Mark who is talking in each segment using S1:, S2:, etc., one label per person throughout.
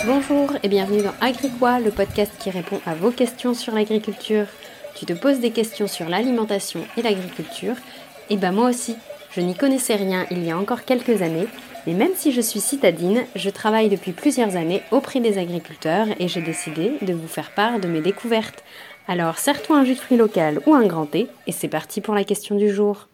S1: Bonjour et bienvenue dans Agricois, le podcast qui répond à vos questions sur l'agriculture. Tu te poses des questions sur l'alimentation et l'agriculture. Et ben moi aussi, je n'y connaissais rien il y a encore quelques années, mais même si je suis citadine, je travaille depuis plusieurs années auprès des agriculteurs et j'ai décidé de vous faire part de mes découvertes. Alors serre-toi un jus de fruits local ou un grand thé et c'est parti pour la question du jour.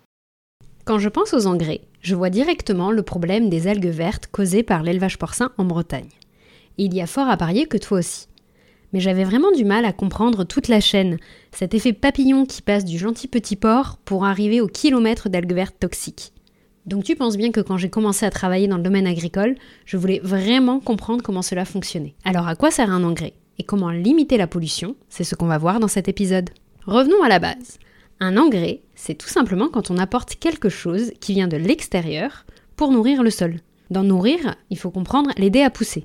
S1: Quand je pense aux engrais, je vois directement le problème des algues vertes causées par l'élevage porcin en Bretagne. Il y a fort à parier que toi aussi. Mais j'avais vraiment du mal à comprendre toute la chaîne, cet effet papillon qui passe du gentil petit porc pour arriver aux kilomètres d'algues vertes toxiques. Donc tu penses bien que quand j'ai commencé à travailler dans le domaine agricole, je voulais vraiment comprendre comment cela fonctionnait. Alors à quoi sert un engrais ? Et comment limiter la pollution ? C'est ce qu'on va voir dans cet épisode. Revenons à la base. Un engrais, c'est tout simplement quand on apporte quelque chose qui vient de l'extérieur pour nourrir le sol. Dans nourrir, il faut comprendre l'aider à pousser.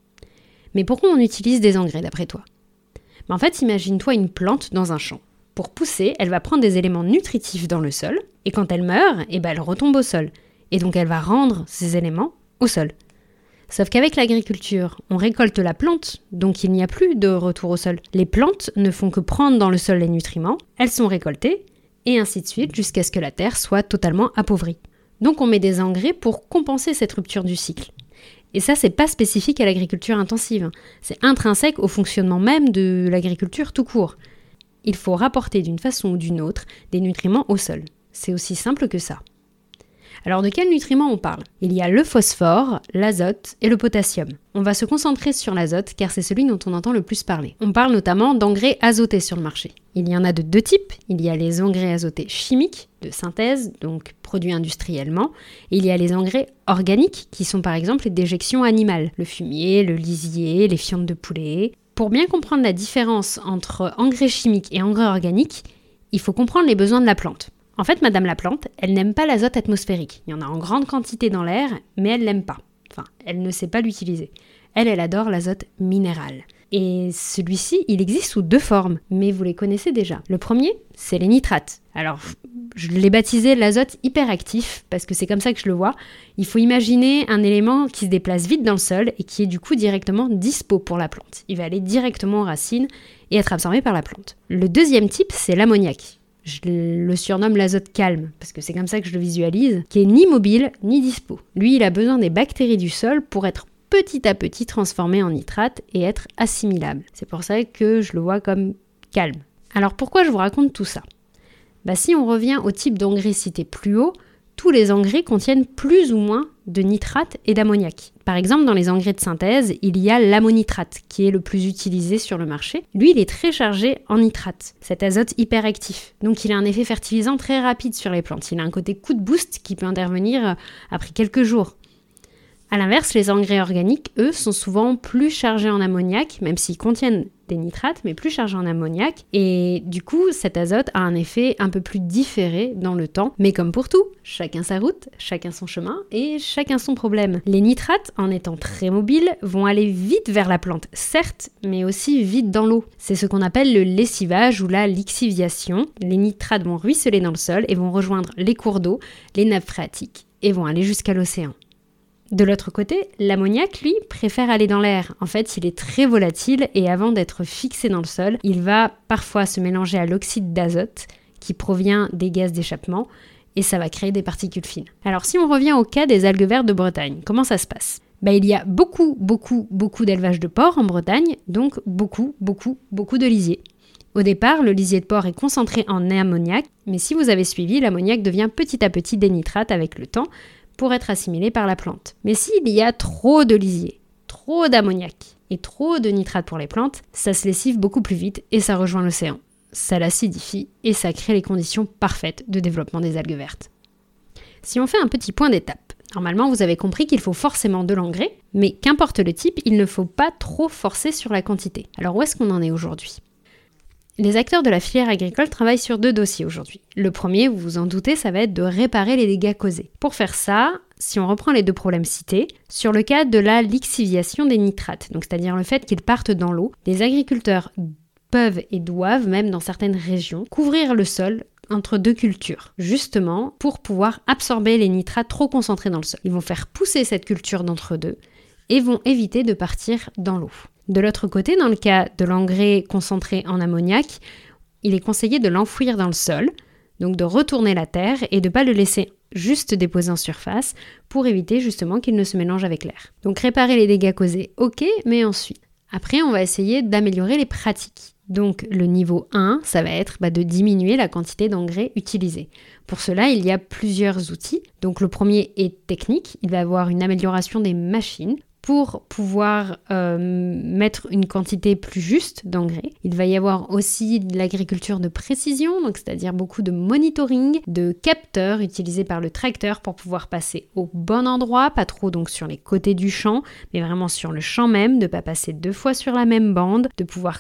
S1: Mais pourquoi on utilise des engrais d'après toi ? En fait, imagine-toi une plante dans un champ. Pour pousser, elle va prendre des éléments nutritifs dans le sol, et quand elle meurt, elle retombe au sol. Et donc elle va rendre ces éléments au sol. Sauf qu'avec l'agriculture, on récolte la plante, donc il n'y a plus de retour au sol. Les plantes ne font que prendre dans le sol les nutriments, elles sont récoltées, et ainsi de suite jusqu'à ce que la terre soit totalement appauvrie. Donc on met des engrais pour compenser cette rupture du cycle. Et ça, c'est pas spécifique à l'agriculture intensive. C'est intrinsèque au fonctionnement même de l'agriculture tout court. Il faut rapporter d'une façon ou d'une autre des nutriments au sol. C'est aussi simple que ça. Alors de quels nutriments on parle ? Il y a le phosphore, l'azote et le potassium. On va se concentrer sur l'azote car c'est celui dont on entend le plus parler. On parle notamment d'engrais azotés sur le marché. Il y en a de deux types. Il y a les engrais azotés chimiques, de synthèse, donc produits industriellement. Et il y a les engrais organiques qui sont par exemple les déjections animales, le fumier, le lisier, les fientes de poulet. Pour bien comprendre la différence entre engrais chimiques et engrais organiques, il faut comprendre les besoins de la plante. En fait, madame la plante, elle n'aime pas l'azote atmosphérique. Il y en a en grande quantité dans l'air, mais elle l'aime pas. Enfin, elle ne sait pas l'utiliser. Elle adore l'azote minéral. Et celui-ci, il existe sous deux formes, mais vous les connaissez déjà. Le premier, c'est les nitrates. Alors, je l'ai baptisé l'azote hyperactif, parce que c'est comme ça que je le vois. Il faut imaginer un élément qui se déplace vite dans le sol et qui est du coup directement dispo pour la plante. Il va aller directement aux racines et être absorbé par la plante. Le deuxième type, c'est l'ammoniac. Je le surnomme l'azote calme, parce que c'est comme ça que je le visualise, qui est ni mobile ni dispo. Lui, il a besoin des bactéries du sol pour être petit à petit transformé en nitrate et être assimilable. C'est pour ça que je le vois comme calme. Alors pourquoi je vous raconte tout ça ? Si on revient au type d'engrais cité plus haut, tous les engrais contiennent plus ou moins de nitrate et d'ammoniac. Par exemple, dans les engrais de synthèse, il y a l'ammonitrate qui est le plus utilisé sur le marché. Lui, il est très chargé en nitrate, cet azote hyperactif. Donc il a un effet fertilisant très rapide sur les plantes. Il a un côté coup de boost qui peut intervenir après quelques jours. A l'inverse, les engrais organiques, eux, sont souvent plus chargés en ammoniac, même s'ils contiennent des nitrates, mais plus chargés en ammoniac. Et du coup, cet azote a un effet un peu plus différé dans le temps. Mais comme pour tout, chacun sa route, chacun son chemin et chacun son problème. Les nitrates, en étant très mobiles, vont aller vite vers la plante, certes, mais aussi vite dans l'eau. C'est ce qu'on appelle le lessivage ou la lixiviation. Les nitrates vont ruisseler dans le sol et vont rejoindre les cours d'eau, les nappes phréatiques et vont aller jusqu'à l'océan. De l'autre côté, l'ammoniac, lui, préfère aller dans l'air. En fait, il est très volatile et avant d'être fixé dans le sol, il va parfois se mélanger à l'oxyde d'azote qui provient des gaz d'échappement et ça va créer des particules fines. Alors si on revient au cas des algues vertes de Bretagne, comment ça se passe ? Il y a beaucoup d'élevage de porc en Bretagne, donc beaucoup de lisiers. Au départ, le lisier de porc est concentré en ammoniac, mais si vous avez suivi, l'ammoniac devient petit à petit des nitrates avec le temps, pour être assimilé par la plante. Mais s'il y a trop de lisier, trop d'ammoniac et trop de nitrate pour les plantes, ça se lessive beaucoup plus vite et ça rejoint l'océan. Ça l'acidifie et ça crée les conditions parfaites de développement des algues vertes. Si on fait un petit point d'étape, normalement vous avez compris qu'il faut forcément de l'engrais, mais qu'importe le type, il ne faut pas trop forcer sur la quantité. Alors où est-ce qu'on en est aujourd'hui ? Les acteurs de la filière agricole travaillent sur deux dossiers aujourd'hui. Le premier, vous vous en doutez, ça va être de réparer les dégâts causés. Pour faire ça, si on reprend les deux problèmes cités, sur le cas de la lixiviation des nitrates, donc c'est-à-dire le fait qu'ils partent dans l'eau, les agriculteurs peuvent et doivent, même dans certaines régions, couvrir le sol entre deux cultures, justement pour pouvoir absorber les nitrates trop concentrés dans le sol. Ils vont faire pousser cette culture d'entre deux et vont éviter de partir dans l'eau. De l'autre côté, dans le cas de l'engrais concentré en ammoniac, il est conseillé de l'enfouir dans le sol, donc de retourner la terre et de ne pas le laisser juste déposer en surface pour éviter justement qu'il ne se mélange avec l'air. Donc réparer les dégâts causés, ok, mais ensuite. Après, on va essayer d'améliorer les pratiques. Donc le niveau 1, ça va être de diminuer la quantité d'engrais utilisée. Pour cela, il y a plusieurs outils. Donc le premier est technique, il va avoir une amélioration des machines pour pouvoir mettre une quantité plus juste d'engrais. Il va y avoir aussi de l'agriculture de précision, donc c'est-à-dire beaucoup de monitoring, de capteurs utilisés par le tracteur pour pouvoir passer au bon endroit, pas trop donc sur les côtés du champ, mais vraiment sur le champ même, de ne pas passer 2 fois sur la même bande, de pouvoir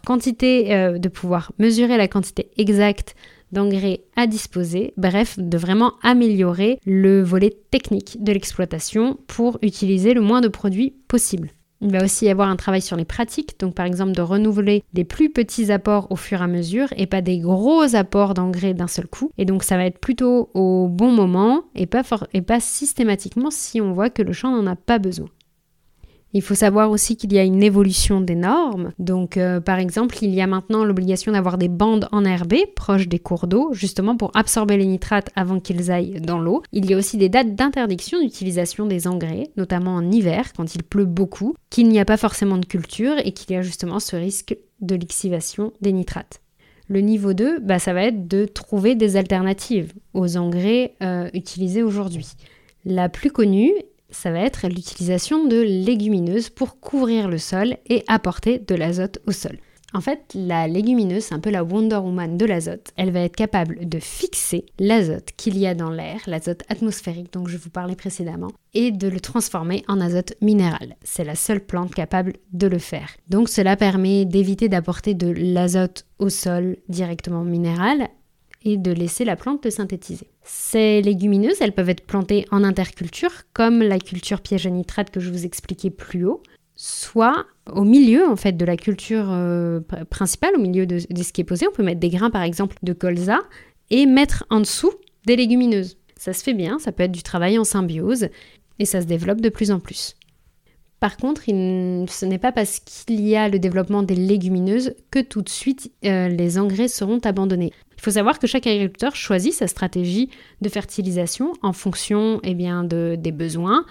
S1: mesurer la quantité exacte d'engrais à disposer, bref, de vraiment améliorer le volet technique de l'exploitation pour utiliser le moins de produits possible. Il va aussi y avoir un travail sur les pratiques, donc par exemple de renouveler des plus petits apports au fur et à mesure et pas des gros apports d'engrais d'un seul coup. Et donc ça va être plutôt au bon moment et pas systématiquement si on voit que le champ n'en a pas besoin. Il faut savoir aussi qu'il y a une évolution des normes. Donc, par exemple, il y a maintenant l'obligation d'avoir des bandes enherbées proches des cours d'eau, justement pour absorber les nitrates avant qu'ils aillent dans l'eau. Il y a aussi des dates d'interdiction d'utilisation des engrais, notamment en hiver, quand il pleut beaucoup, qu'il n'y a pas forcément de culture et qu'il y a justement ce risque de lixivation des nitrates. Le niveau 2, ça va être de trouver des alternatives aux engrais utilisés aujourd'hui. La plus connue, ça va être l'utilisation de légumineuses pour couvrir le sol et apporter de l'azote au sol. En fait, la légumineuse, c'est un peu la Wonder Woman de l'azote. Elle va être capable de fixer l'azote qu'il y a dans l'air, l'azote atmosphérique dont je vous parlais précédemment, et de le transformer en azote minéral. C'est la seule plante capable de le faire. Donc cela permet d'éviter d'apporter de l'azote au sol directement minéral et de laisser la plante le synthétiser. Ces légumineuses, elles peuvent être plantées en interculture, comme la culture piège à nitrate que je vous expliquais plus haut, soit au milieu en fait de la culture principale, au milieu de ce qui est posé. On peut mettre des grains par exemple de colza et mettre en dessous des légumineuses. Ça se fait bien, ça peut être du travail en symbiose et ça se développe de plus en plus. Par contre, ce n'est pas parce qu'il y a le développement des légumineuses que tout de suite les engrais seront abandonnés. Il faut savoir que chaque agriculteur choisit sa stratégie de fertilisation en fonction des besoins,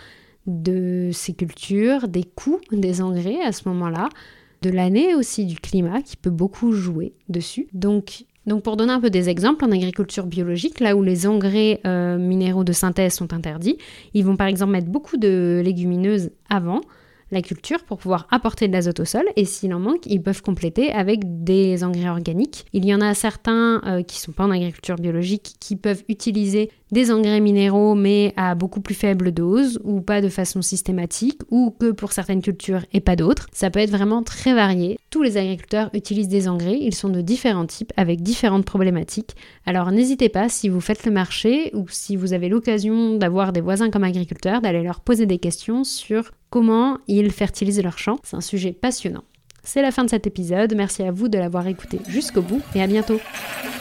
S1: de ses cultures, des coûts des engrais à ce moment-là, de l'année aussi, du climat qui peut beaucoup jouer dessus. Donc pour donner un peu des exemples, en agriculture biologique, là où les engrais minéraux de synthèse sont interdits, ils vont par exemple mettre beaucoup de légumineuses avant la culture pour pouvoir apporter de l'azote au sol, et s'il en manque, ils peuvent compléter avec des engrais organiques. Il y en a certains qui ne sont pas en agriculture biologique qui peuvent utiliser des engrais minéraux mais à beaucoup plus faible dose ou pas de façon systématique ou que pour certaines cultures et pas d'autres. Ça peut être vraiment très varié. Tous les agriculteurs utilisent des engrais, ils sont de différents types avec différentes problématiques. Alors n'hésitez pas, si vous faites le marché ou si vous avez l'occasion d'avoir des voisins comme agriculteurs, d'aller leur poser des questions sur comment ils fertilisent leurs champs. C'est un sujet passionnant. C'est la fin de cet épisode, merci à vous de l'avoir écouté jusqu'au bout et à bientôt.